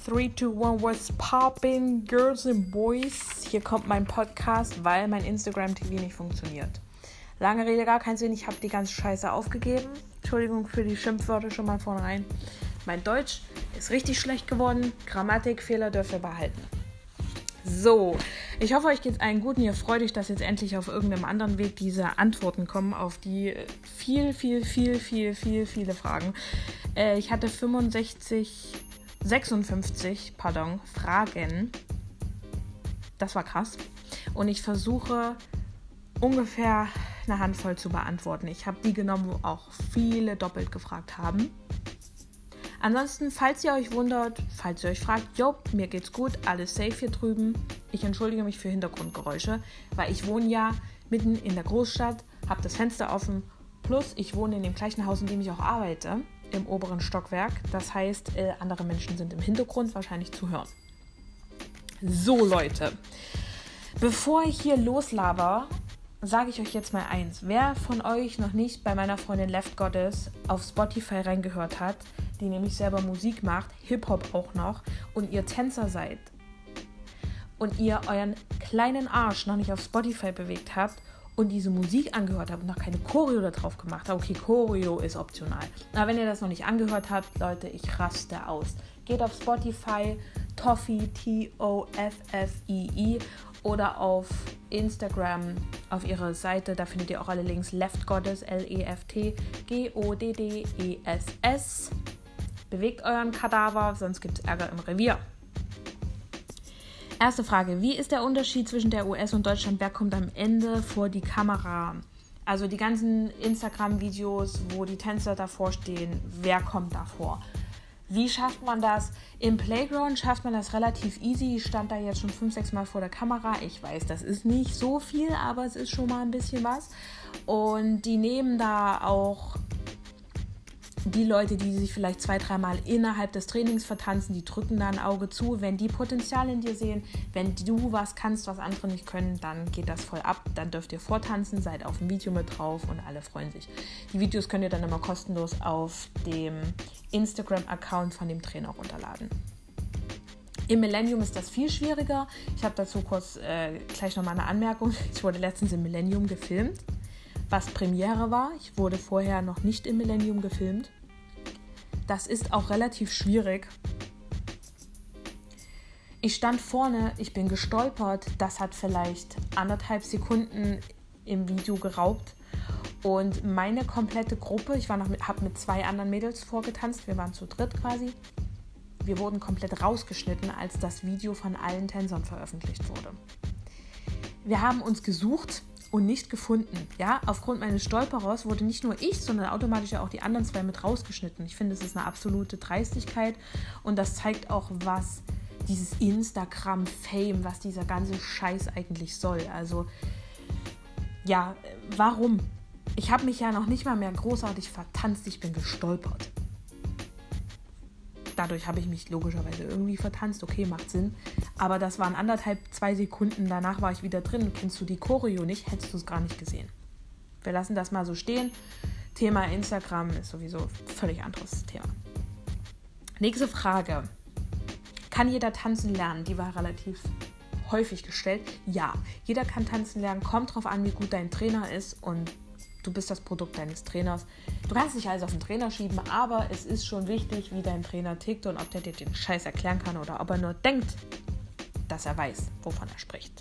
3, 2, 1, what's poppin', girls and boys? Hier kommt mein Podcast, weil mein Instagram-TV nicht funktioniert. Lange Rede, gar keinen Sinn, ich habe die ganze Scheiße aufgegeben. Entschuldigung für die Schimpfwörter schon mal vornherein. Mein Deutsch ist richtig schlecht geworden, Grammatikfehler dürft ihr behalten. So, ich hoffe, euch geht's allen gut und ihr freut euch, dass jetzt endlich auf irgendeinem anderen Weg diese Antworten kommen auf die viele Fragen. Ich hatte 56 Fragen. Das war krass. Und ich versuche ungefähr eine Handvoll zu beantworten. Ich habe die genommen, wo auch viele doppelt gefragt haben. Ansonsten, falls ihr euch wundert, falls ihr euch fragt, mir geht's gut, alles safe hier drüben. Ich entschuldige mich für Hintergrundgeräusche, weil ich wohne ja mitten in der Großstadt, habe das Fenster offen, plus ich wohne in dem gleichen Haus, in dem ich auch arbeite, im oberen Stockwerk. Das heißt, andere Menschen sind im Hintergrund wahrscheinlich zu hören. So Leute, bevor ich hier loslaber, sage ich euch jetzt mal eins. Wer von euch noch nicht bei meiner Freundin Left Goddess auf Spotify reingehört hat, die nämlich selber Musik macht, Hip-Hop auch noch, und ihr Tänzer seid und ihr euren kleinen Arsch noch nicht auf Spotify bewegt habt und diese Musik angehört habt und noch keine Choreo da drauf gemacht habt, okay, Choreo ist optional. Aber wenn ihr das noch nicht angehört habt, Leute, ich raste aus. Geht auf Spotify, Toffee, Toffii, oder auf Instagram auf ihre Seite, da findet ihr auch alle Links, Left Goddess, LeftGoddes. Bewegt euren Kadaver, sonst gibt es Ärger im Revier. Erste Frage, wie ist der Unterschied zwischen der US und Deutschland? Wer kommt am Ende vor die Kamera? Also die ganzen Instagram-Videos, wo die Tänzer davor stehen, wer kommt davor? Wie schafft man das? Im Playground schafft man das relativ easy. Ich stand da jetzt schon 5-6 Mal vor der Kamera. Ich weiß, das ist nicht so viel, aber es ist schon mal ein bisschen was. Und die nehmen da auch die Leute, die sich vielleicht 2-3 Mal innerhalb des Trainings vertanzen, die drücken da ein Auge zu. Wenn die Potenzial in dir sehen, wenn du was kannst, was andere nicht können, dann geht das voll ab. Dann dürft ihr vortanzen, seid auf dem Video mit drauf und alle freuen sich. Die Videos könnt ihr dann immer kostenlos auf dem Instagram-Account von dem Trainer runterladen. Im Millennium ist das viel schwieriger. Ich habe dazu kurz gleich nochmal eine Anmerkung. Ich wurde letztens im Millennium gefilmt, was Premiere war. Ich wurde vorher noch nicht im Millennium gefilmt. Das ist auch relativ schwierig. Ich stand vorne, ich bin gestolpert. Das hat vielleicht 1,5 Sekunden im Video geraubt. Und meine komplette Gruppe, ich habe mit 2 anderen Mädels vorgetanzt, wir waren zu dritt quasi. Wir wurden komplett rausgeschnitten, als das Video von allen Tänzern veröffentlicht wurde. Wir haben uns gesucht und nicht gefunden. Ja, aufgrund meines Stolperers wurde nicht nur ich, sondern automatisch auch die anderen 2 mit rausgeschnitten. Ich finde, es ist eine absolute Dreistigkeit und das zeigt auch, was dieses Instagram-Fame, was dieser ganze Scheiß eigentlich soll. Also, ja, warum? Ich habe mich ja noch nicht mal mehr großartig vertanzt, ich bin gestolpert. Dadurch habe ich mich logischerweise irgendwie vertanzt, okay, macht Sinn. Aber das waren 1,5-2 Sekunden, danach war ich wieder drin. Kennst du die Choreo nicht, hättest du es gar nicht gesehen. Wir lassen das mal so stehen. Thema Instagram ist sowieso ein völlig anderes Thema. Nächste Frage. Kann jeder tanzen lernen? Die war relativ häufig gestellt. Ja, jeder kann tanzen lernen. Kommt drauf an, wie gut dein Trainer ist und du bist das Produkt deines Trainers. Du kannst nicht alles auf den Trainer schieben, aber es ist schon wichtig, wie dein Trainer tickt und ob der dir den Scheiß erklären kann oder ob er nur denkt, dass er weiß, wovon er spricht.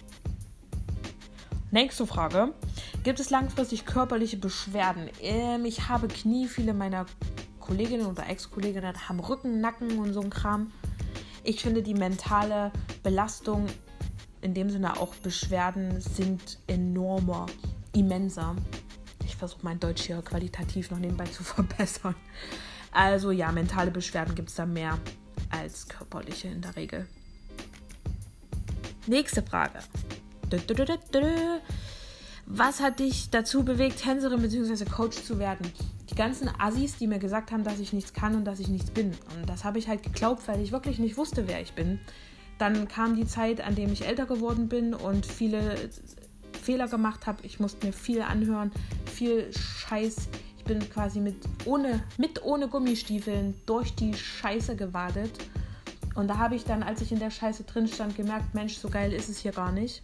Nächste Frage. Gibt es langfristig körperliche Beschwerden? Ich habe Knie. Viele meiner Kolleginnen oder Ex-Kolleginnen haben Rücken, Nacken und so ein Kram. Ich finde, die mentale Belastung, in dem Sinne auch Beschwerden, sind immenser. Ich versuche mein Deutsch hier qualitativ noch nebenbei zu verbessern. Also ja, mentale Beschwerden gibt es da mehr als körperliche in der Regel. Nächste Frage. Was hat dich dazu bewegt, Tänzerin bzw. Coach zu werden? Die ganzen Assis, die mir gesagt haben, dass ich nichts kann und dass ich nichts bin. Und das habe ich halt geglaubt, weil ich wirklich nicht wusste, wer ich bin. Dann kam die Zeit, an der ich älter geworden bin und viele Fehler gemacht habe. Ich musste mir viel anhören, viel Scheiß. Ich bin quasi mit ohne Gummistiefeln durch die Scheiße gewadet Und da habe ich dann, als ich in der Scheiße drin stand, gemerkt, Mensch, so geil ist es hier gar nicht.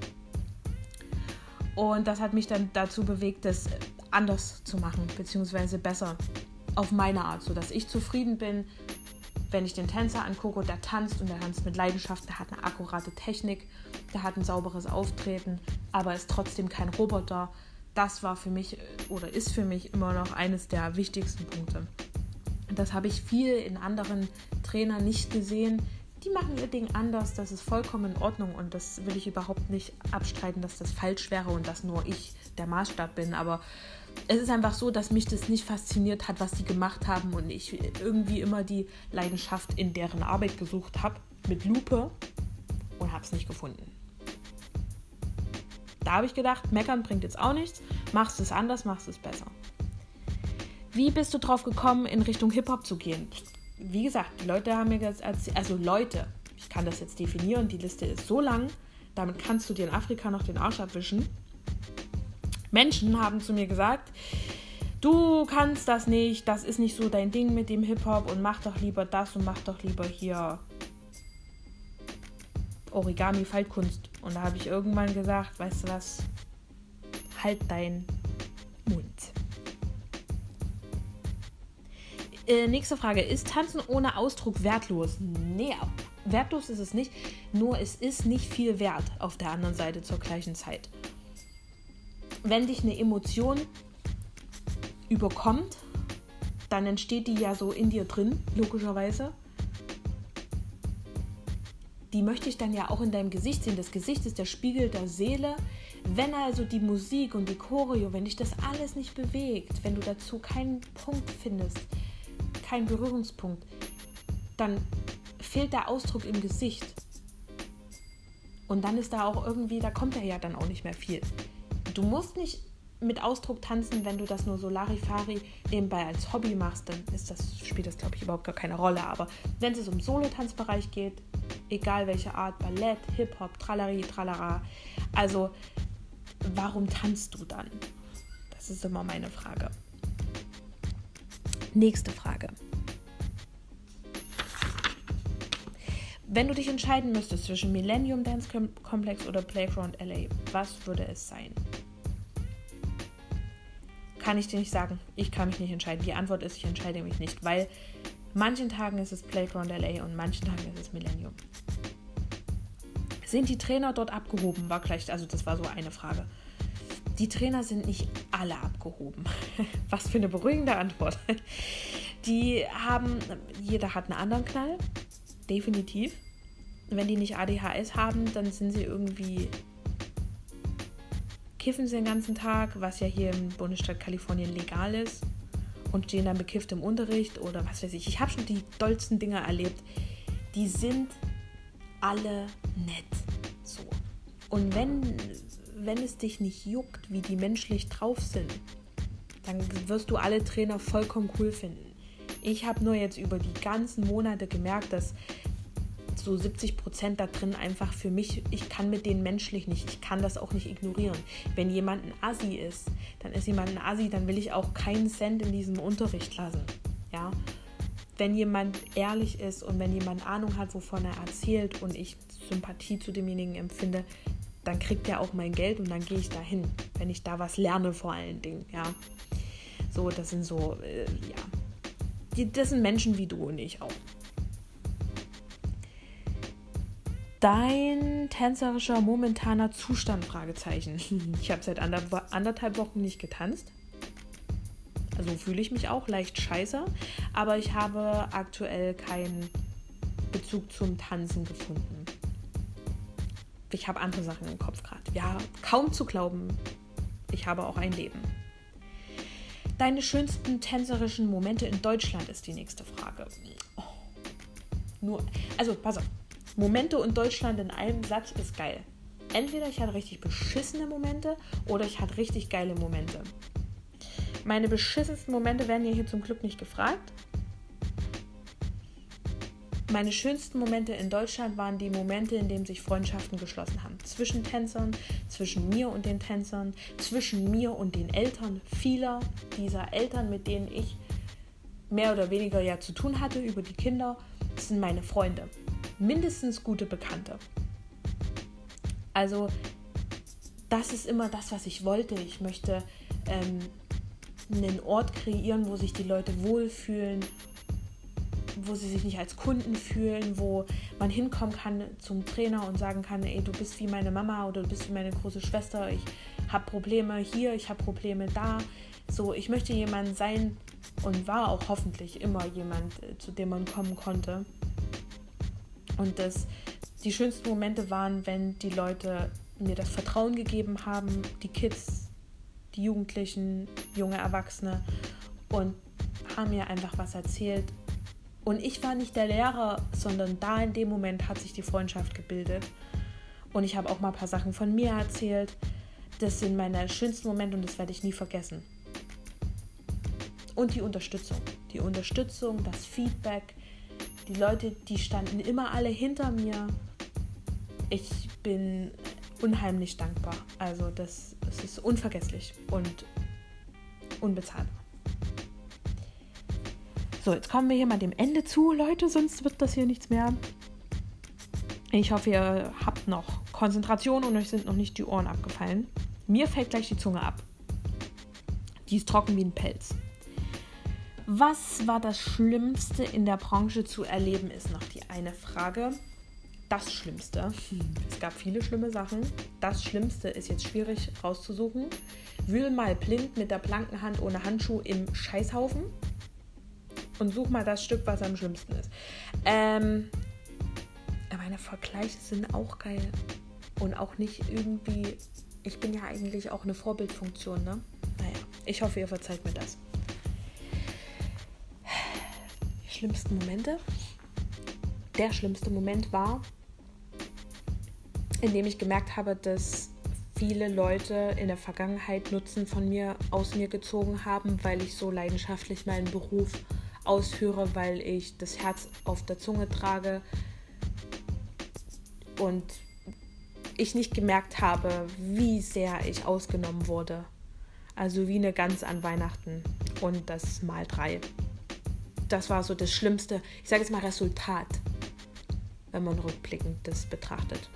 Und das hat mich dann dazu bewegt, das anders zu machen, beziehungsweise besser auf meine Art, sodass ich zufrieden bin, wenn ich den Tänzer angucke und der tanzt mit Leidenschaft, der hat eine akkurate Technik, der hat ein sauberes Auftreten, aber ist trotzdem kein Roboter. Das war für mich oder ist für mich immer noch eines der wichtigsten Punkte. Das habe ich viel in anderen Trainern nicht gesehen. Die machen ihr Ding anders, das ist vollkommen in Ordnung und das will ich überhaupt nicht abstreiten, dass das falsch wäre und dass nur ich der Maßstab bin, aber es ist einfach so, dass mich das nicht fasziniert hat, was die gemacht haben und ich irgendwie immer die Leidenschaft in deren Arbeit gesucht habe, mit Lupe und habe es nicht gefunden. Da habe ich gedacht, meckern bringt jetzt auch nichts, machst es anders, machst es besser. Wie bist du drauf gekommen, in Richtung Hip-Hop zu gehen? Wie gesagt, die Leute haben mir gesagt, also Leute, ich kann das jetzt definieren, die Liste ist so lang, damit kannst du dir in Afrika noch den Arsch abwischen. Menschen haben zu mir gesagt, du kannst das nicht, das ist nicht so dein Ding mit dem Hip-Hop und mach doch lieber das und mach doch lieber hier Origami-Faltkunst. Und da habe ich irgendwann gesagt, weißt du was, halt deinen Mund. Nächste Frage. Ist Tanzen ohne Ausdruck wertlos? Nee, wertlos ist es nicht. Nur es ist nicht viel wert auf der anderen Seite zur gleichen Zeit. Wenn dich eine Emotion überkommt, dann entsteht die ja so in dir drin, logischerweise. Die möchte ich dann ja auch in deinem Gesicht sehen. Das Gesicht ist der Spiegel der Seele. Wenn also die Musik und die Choreo, wenn dich das alles nicht bewegt, wenn du dazu keinen Punkt findest, keinen Berührungspunkt, dann fehlt der Ausdruck im Gesicht. Und dann ist da auch irgendwie, da kommt ja dann auch nicht mehr viel. Du musst nicht mit Ausdruck tanzen, wenn du das nur so Larifari nebenbei als Hobby machst, dann spielt das, glaube ich, überhaupt gar keine Rolle. Aber wenn es um Solo-Tanzbereich geht, egal welche Art, Ballett, Hip-Hop, Tralari, Tralara, also warum tanzt du dann? Das ist immer meine Frage. Nächste Frage. Wenn du dich entscheiden müsstest zwischen Millennium Dance Complex oder Playground LA, was würde es sein? Kann ich dir nicht sagen. Ich kann mich nicht entscheiden. Die Antwort ist, ich entscheide mich nicht, weil manchen Tagen ist es Playground LA und manchen Tagen ist es Millennium. Sind die Trainer dort abgehoben? Das war so eine Frage. Die Trainer sind nicht alle abgehoben. Was für eine beruhigende Antwort. Jeder hat einen anderen Knall. Definitiv. Wenn die nicht ADHS haben, dann sind sie irgendwie, kiffen sie den ganzen Tag, was ja hier im Bundesstaat Kalifornien legal ist und stehen dann bekifft im Unterricht oder was weiß ich. Ich habe schon die dollsten Dinger erlebt. Die sind alle nett. So. Und wenn es dich nicht juckt, wie die menschlich drauf sind, dann wirst du alle Trainer vollkommen cool finden. Ich habe nur jetzt über die ganzen Monate gemerkt, dass so 70% da drin einfach für mich, ich kann mit denen menschlich nicht, ich kann das auch nicht ignorieren. Wenn jemand ein Assi ist, dann ist jemand ein Assi, dann will ich auch keinen Cent in diesem Unterricht lassen. Ja? Wenn jemand ehrlich ist und wenn jemand Ahnung hat, wovon er erzählt und ich Sympathie zu demjenigen empfinde, dann kriegt er auch mein Geld und dann gehe ich da hin, wenn ich da was lerne vor allen Dingen. Ja? So, das sind so, das sind Menschen wie du und ich auch. Dein tänzerischer momentaner Zustand? Fragezeichen. Ich habe seit anderthalb Wochen nicht getanzt. Also fühle ich mich auch leicht scheiße. Aber ich habe aktuell keinen Bezug zum Tanzen gefunden. Ich habe andere Sachen im Kopf gerade. Ja, kaum zu glauben. Ich habe auch ein Leben. Deine schönsten tänzerischen Momente in Deutschland ist die nächste Frage. Pass auf. Momente und Deutschland in einem Satz ist geil. Entweder ich hatte richtig beschissene Momente oder ich hatte richtig geile Momente. Meine beschissensten Momente werden hier zum Glück nicht gefragt. Meine schönsten Momente in Deutschland waren die Momente, in denen sich Freundschaften geschlossen haben. Zwischen Tänzern, zwischen mir und den Tänzern, zwischen mir und den Eltern vieler dieser Eltern, mit denen ich mehr oder weniger ja zu tun hatte über die Kinder. Das sind meine Freunde. mindestens gute Bekannte. Also das ist immer das, was ich wollte. Ich möchte einen Ort kreieren, wo sich die Leute wohlfühlen, wo sie sich nicht als Kunden fühlen, wo man hinkommen kann zum Trainer und sagen kann, ey, du bist wie meine Mama oder du bist wie meine große Schwester, ich habe Probleme hier, ich habe Probleme da. So, ich möchte jemand sein und war auch hoffentlich immer jemand, zu dem man kommen konnte. Und die schönsten Momente waren, wenn die Leute mir das Vertrauen gegeben haben, die Kids, die Jugendlichen, junge Erwachsene, und haben mir einfach was erzählt. Und ich war nicht der Lehrer, sondern da in dem Moment hat sich die Freundschaft gebildet. Und ich habe auch mal ein paar Sachen von mir erzählt. Das sind meine schönsten Momente und das werde ich nie vergessen. Und die Unterstützung. Die Unterstützung, das Feedback. Die Leute, die standen immer alle hinter mir. Ich bin unheimlich dankbar. Also es ist unvergesslich und unbezahlbar. So, jetzt kommen wir hier mal dem Ende zu, Leute, sonst wird das hier nichts mehr. Ich hoffe, ihr habt noch Konzentration und euch sind noch nicht die Ohren abgefallen. Mir fällt gleich die Zunge ab. Die ist trocken wie ein Pelz. Was war das Schlimmste in der Branche zu erleben, ist noch die eine Frage. Das Schlimmste, es gab viele schlimme Sachen. Das Schlimmste ist jetzt schwierig rauszusuchen. Wühl mal blind mit der blanken Hand ohne Handschuh im Scheißhaufen und such mal das Stück, was am schlimmsten ist. Meine Vergleiche sind auch geil. Und auch nicht irgendwie, ich bin ja eigentlich auch eine Vorbildfunktion, ne? Naja, ich hoffe, ihr verzeiht mir das. Die schlimmsten Momente? Der schlimmste Moment war, in dem ich gemerkt habe, dass viele Leute in der Vergangenheit Nutzen aus mir gezogen haben, weil ich so leidenschaftlich meinen Beruf ausführe, weil ich das Herz auf der Zunge trage und ich nicht gemerkt habe, wie sehr ich ausgenommen wurde. Also wie eine Gans an Weihnachten und das mal 3. Das war so das Schlimmste, ich sage jetzt mal Resultat, wenn man rückblickend das betrachtet.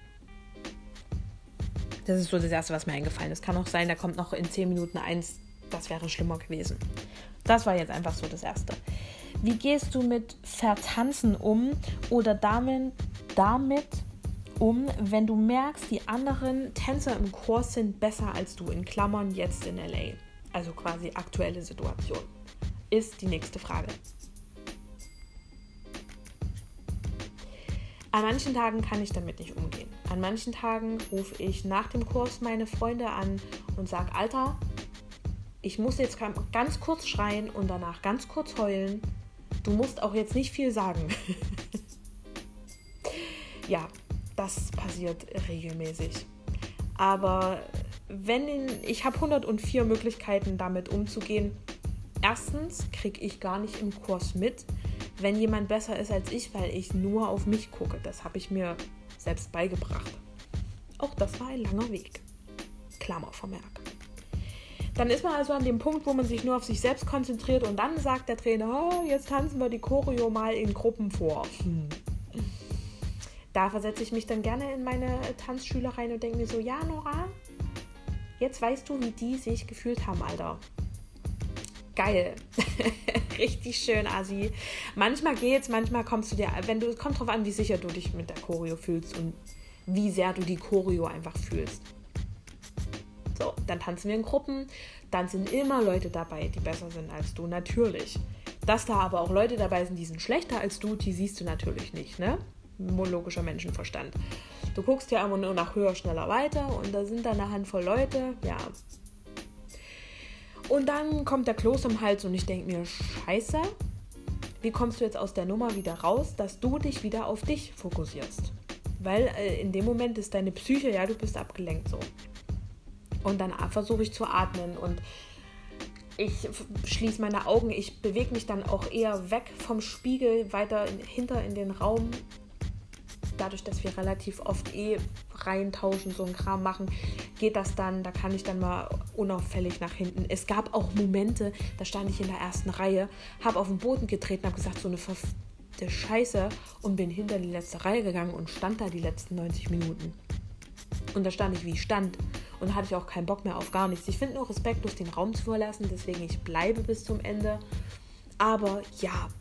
Das ist so das Erste, was mir eingefallen ist. Kann auch sein, da kommt noch in 10 Minuten eins, das wäre schlimmer gewesen. Das war jetzt einfach so das Erste. Wie gehst du mit Vertanzen um oder damit um, wenn du merkst, die anderen Tänzer im Chor sind besser als du, in Klammern jetzt in LA? Also quasi aktuelle Situation. Ist die nächste Frage. An manchen Tagen kann ich damit nicht umgehen. An manchen Tagen rufe ich nach dem Kurs meine Freunde an und sage, Alter, ich muss jetzt ganz kurz schreien und danach ganz kurz heulen. Du musst auch jetzt nicht viel sagen. Ja, das passiert regelmäßig. Aber ich habe 104 Möglichkeiten, damit umzugehen. Erstens kriege ich gar nicht im Kurs mit, wenn jemand besser ist als ich, weil ich nur auf mich gucke. Das habe ich mir selbst beigebracht. Auch das war ein langer Weg. Klammervermerk. Dann ist man also an dem Punkt, wo man sich nur auf sich selbst konzentriert und dann sagt der Trainer, oh, jetzt tanzen wir die Choreo mal in Gruppen vor. Da versetze ich mich dann gerne in meine Tanzschüler rein und denke mir so, ja Nora, jetzt weißt du, wie die sich gefühlt haben, Alter. Geil. Richtig schön, Assi. Manchmal geht's, manchmal kommt drauf an, wie sicher du dich mit der Choreo fühlst und wie sehr du die Choreo einfach fühlst. So, dann tanzen wir in Gruppen, dann sind immer Leute dabei, die besser sind als du, natürlich. Dass da aber auch Leute dabei sind, die sind schlechter als du, die siehst du natürlich nicht, ne? Logischer Menschenverstand. Du guckst ja immer nur nach höher, schneller, weiter und da sind dann eine Handvoll Leute, ja. Und dann kommt der Kloß im Hals und ich denke mir, scheiße, wie kommst du jetzt aus der Nummer wieder raus, dass du dich wieder auf dich fokussierst? Weil in dem Moment ist deine Psyche, ja, du bist abgelenkt so. Und dann versuche ich zu atmen und ich schließe meine Augen, ich bewege mich dann auch eher weg vom Spiegel, weiter hinter in den Raum. Dadurch, dass wir relativ oft reintauschen, so einen Kram machen, geht das dann, da kann ich dann mal unauffällig nach hinten. Es gab auch Momente, da stand ich in der ersten Reihe, habe auf den Boden getreten, habe gesagt, so eine verdammte Scheiße und bin hinter die letzte Reihe gegangen und stand da die letzten 90 Minuten. Und da stand ich, wie ich stand. Und da hatte ich auch keinen Bock mehr auf gar nichts. Ich finde nur respektlos, den Raum zu verlassen. Deswegen, ich bleibe bis zum Ende. Aber ja,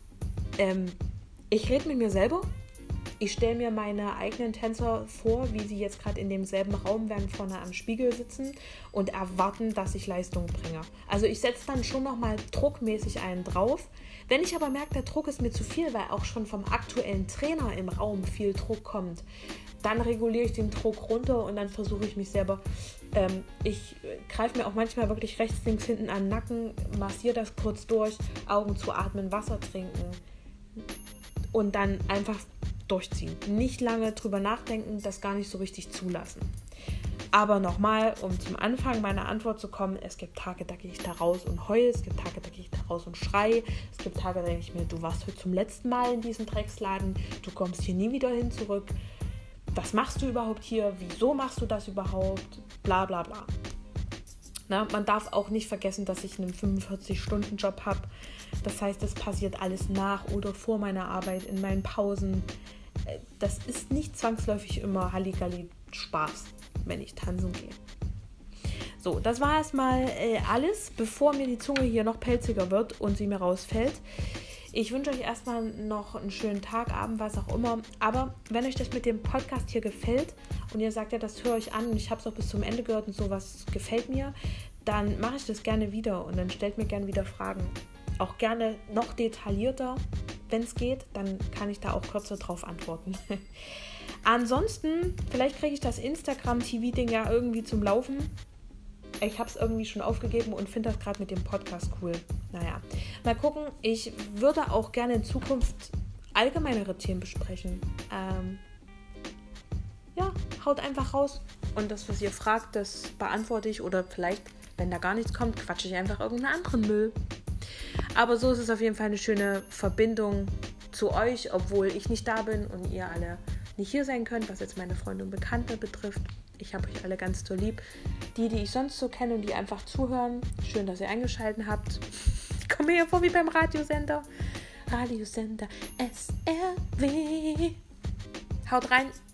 ich rede mit mir selber. Ich stelle mir meine eigenen Tänzer vor, wie sie jetzt gerade in demselben Raum während vorne am Spiegel sitzen und erwarten, dass ich Leistung bringe. Also ich setze dann schon nochmal druckmäßig einen drauf. Wenn ich aber merke, der Druck ist mir zu viel, weil auch schon vom aktuellen Trainer im Raum viel Druck kommt, dann reguliere ich den Druck runter und dann versuche ich mich selber, ich greife mir auch manchmal wirklich rechts, links, hinten an den Nacken, massiere das kurz durch, Augen zu atmen, Wasser trinken und dann einfach durchziehen. Nicht lange drüber nachdenken, das gar nicht so richtig zulassen. Aber nochmal, um zum Anfang meiner Antwort zu kommen, es gibt Tage, da gehe ich da raus und heule, es gibt Tage, da gehe ich da raus und schreie, es gibt Tage, da denke ich mir, du warst heute zum letzten Mal in diesem Drecksladen, du kommst hier nie wieder hin zurück, was machst du überhaupt hier, wieso machst du das überhaupt, bla bla bla. Na, man darf auch nicht vergessen, dass ich einen 45-Stunden-Job habe, das heißt, es passiert alles nach oder vor meiner Arbeit, in meinen Pausen. Das ist nicht zwangsläufig immer Halligalli Spaß, wenn ich tanzen gehe. So, das war erstmal alles, bevor mir die Zunge hier noch pelziger wird und sie mir rausfällt. Ich wünsche euch erstmal noch einen schönen Tag, Abend, was auch immer. Aber wenn euch das mit dem Podcast hier gefällt und ihr sagt, ja, das höre ich an und ich habe es auch bis zum Ende gehört und sowas gefällt mir, dann mache ich das gerne wieder und dann stellt mir gerne wieder Fragen. Auch gerne noch detaillierter, wenn es geht, dann kann ich da auch kürzer drauf antworten. Ansonsten, vielleicht kriege ich das Instagram-TV-Ding ja irgendwie zum Laufen. Ich habe es irgendwie schon aufgegeben und finde das gerade mit dem Podcast cool. Naja, mal gucken. Ich würde auch gerne in Zukunft allgemeinere Themen besprechen. Ja, haut einfach raus. Und das, was ihr fragt, das beantworte ich. Oder vielleicht, wenn da gar nichts kommt, quatsche ich einfach irgendeinen anderen Müll. Aber so ist es auf jeden Fall eine schöne Verbindung zu euch, obwohl ich nicht da bin und ihr alle nicht hier sein könnt, was jetzt meine Freunde und Bekannte betrifft. Ich habe euch alle ganz so lieb. Die ich sonst so kenne und die einfach zuhören. Schön, dass ihr eingeschaltet habt. Ich komme mir vor wie beim Radiosender. Radiosender SRW. Haut rein.